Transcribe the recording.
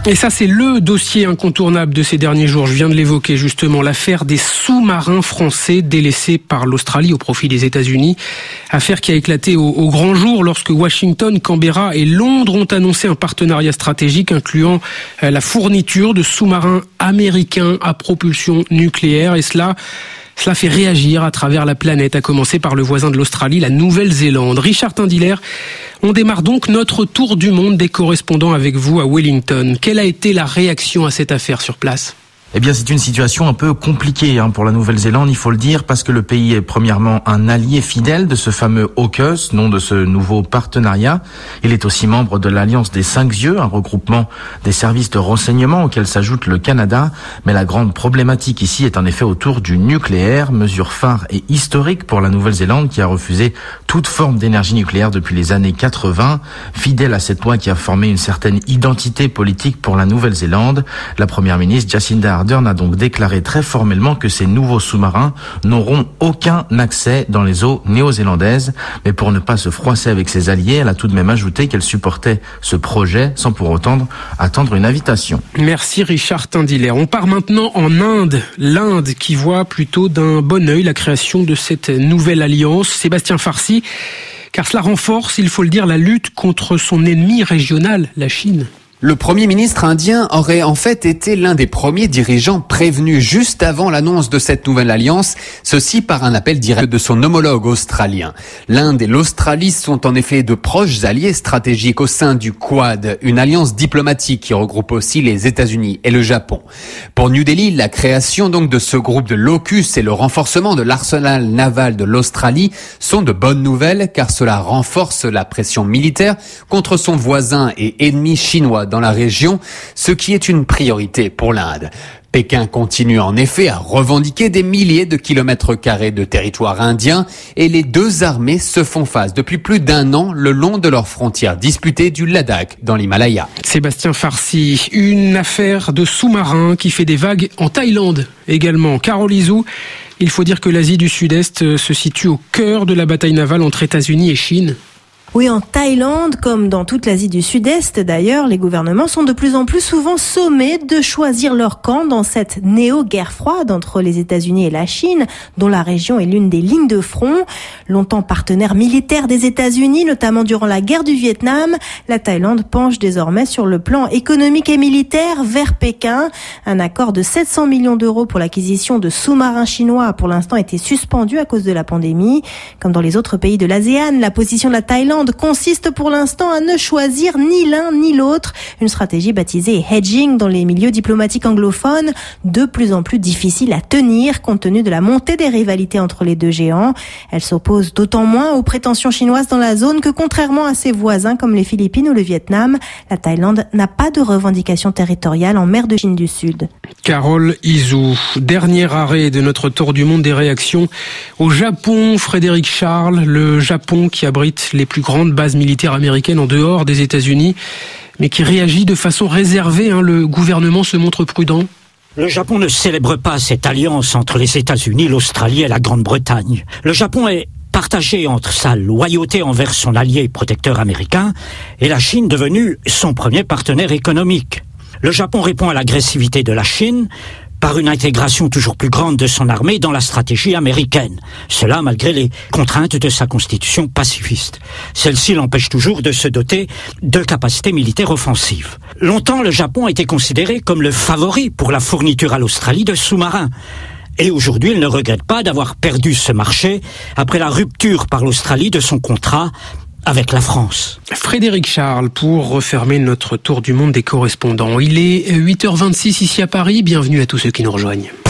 Et ça, c'est le dossier incontournable de ces derniers jours. Je viens de l'évoquer justement, l'affaire des sous-marins français délaissés par l'Australie au profit des États-Unis. Affaire qui a éclaté au grand jour lorsque Washington, Canberra et Londres ont annoncé un partenariat stratégique incluant la fourniture de sous-marins américains à propulsion nucléaire. Et cela fait réagir à travers la planète, à commencer par le voisin de l'Australie, la Nouvelle-Zélande. Richard Tindiller, on démarre donc notre tour du monde des correspondants avec vous à Wellington. Quelle a été la réaction à cette affaire sur place ? Eh bien, c'est une situation un peu compliquée pour la Nouvelle-Zélande, il faut le dire, parce que le pays est premièrement un allié fidèle de ce fameux AUKUS, nom de ce nouveau partenariat. Il est aussi membre de l'Alliance des 5 yeux, un regroupement des services de renseignement auquel s'ajoute le Canada. Mais la grande problématique ici est en effet autour du nucléaire, mesure phare et historique pour la Nouvelle-Zélande qui a refusé toute forme d'énergie nucléaire depuis les années 80. Fidèle à cette loi qui a formé une certaine identité politique pour la Nouvelle-Zélande, la première ministre Jacinda Ardern a donc déclaré très formellement que ces nouveaux sous-marins n'auront aucun accès dans les eaux néo-zélandaises. Mais pour ne pas se froisser avec ses alliés, elle a tout de même ajouté qu'elle supportait ce projet sans pour autant attendre une invitation. Merci Richard Tindiller. On part maintenant en Inde. L'Inde qui voit plutôt d'un bon œil la création de cette nouvelle alliance. Sébastien Farsi, car cela renforce, il faut le dire, la lutte contre son ennemi régional, la Chine. Le Premier ministre indien aurait en fait été l'un des premiers dirigeants prévenus juste avant l'annonce de cette nouvelle alliance, ceci par un appel direct de son homologue australien. L'Inde et l'Australie sont en effet de proches alliés stratégiques au sein du Quad, une alliance diplomatique qui regroupe aussi les États-Unis et le Japon. Pour New Delhi, la création donc de ce groupe de l'AUKUS et le renforcement de l'arsenal naval de l'Australie sont de bonnes nouvelles car cela renforce la pression militaire contre son voisin et ennemi chinois dans la région, ce qui est une priorité pour l'Inde. Pékin continue en effet à revendiquer des milliers de kilomètres carrés de territoire indien et les deux armées se font face depuis plus d'1 an le long de leurs frontières disputées du Ladakh dans l'Himalaya. Sébastien Farsi, une affaire de sous-marins qui fait des vagues en Thaïlande également. Carole Izou, il faut dire que l'Asie du Sud-Est se situe au cœur de la bataille navale entre États-Unis et Chine. Oui, en Thaïlande, comme dans toute l'Asie du Sud-Est d'ailleurs, les gouvernements sont de plus en plus souvent sommés de choisir leur camp dans cette néo-guerre froide entre les États-Unis et la Chine, dont la région est l'une des lignes de front. Longtemps partenaire militaire des États-Unis, notamment durant la guerre du Vietnam, la Thaïlande penche désormais sur le plan économique et militaire vers Pékin. Un accord de 700 millions d'euros pour l'acquisition de sous-marins chinois a pour l'instant été suspendu à cause de la pandémie. Comme dans les autres pays de l'ASEAN, la position de la Thaïlande consiste pour l'instant à ne choisir ni l'un ni l'autre. Une stratégie baptisée hedging dans les milieux diplomatiques anglophones, de plus en plus difficile à tenir compte tenu de la montée des rivalités entre les deux géants. Elle s'oppose d'autant moins aux prétentions chinoises dans la zone que contrairement à ses voisins comme les Philippines ou le Vietnam, la Thaïlande n'a pas de revendication territoriale en mer de Chine du Sud. Carole Izou, dernier arrêt de notre tour du monde des réactions au Japon. Frédéric Charles, le Japon qui abrite les plus grandes bases militaires américaines en dehors des États-Unis, mais qui réagit de façon réservée. Le gouvernement se montre prudent. Le Japon ne célèbre pas cette alliance entre les États-Unis, l'Australie et la Grande-Bretagne. Le Japon est partagé entre sa loyauté envers son allié protecteur américain et la Chine devenue son premier partenaire économique. Le Japon répond à l'agressivité de la Chine par une intégration toujours plus grande de son armée dans la stratégie américaine. Cela malgré les contraintes de sa constitution pacifiste. Celle-ci l'empêche toujours de se doter de capacités militaires offensives. Longtemps, le Japon a été considéré comme le favori pour la fourniture à l'Australie de sous-marins. Et aujourd'hui, il ne regrette pas d'avoir perdu ce marché après la rupture par l'Australie de son contrat avec la France. Frédéric Charles, pour refermer notre tour du monde des correspondants. Il est 8h26 ici à Paris. Bienvenue à tous ceux qui nous rejoignent.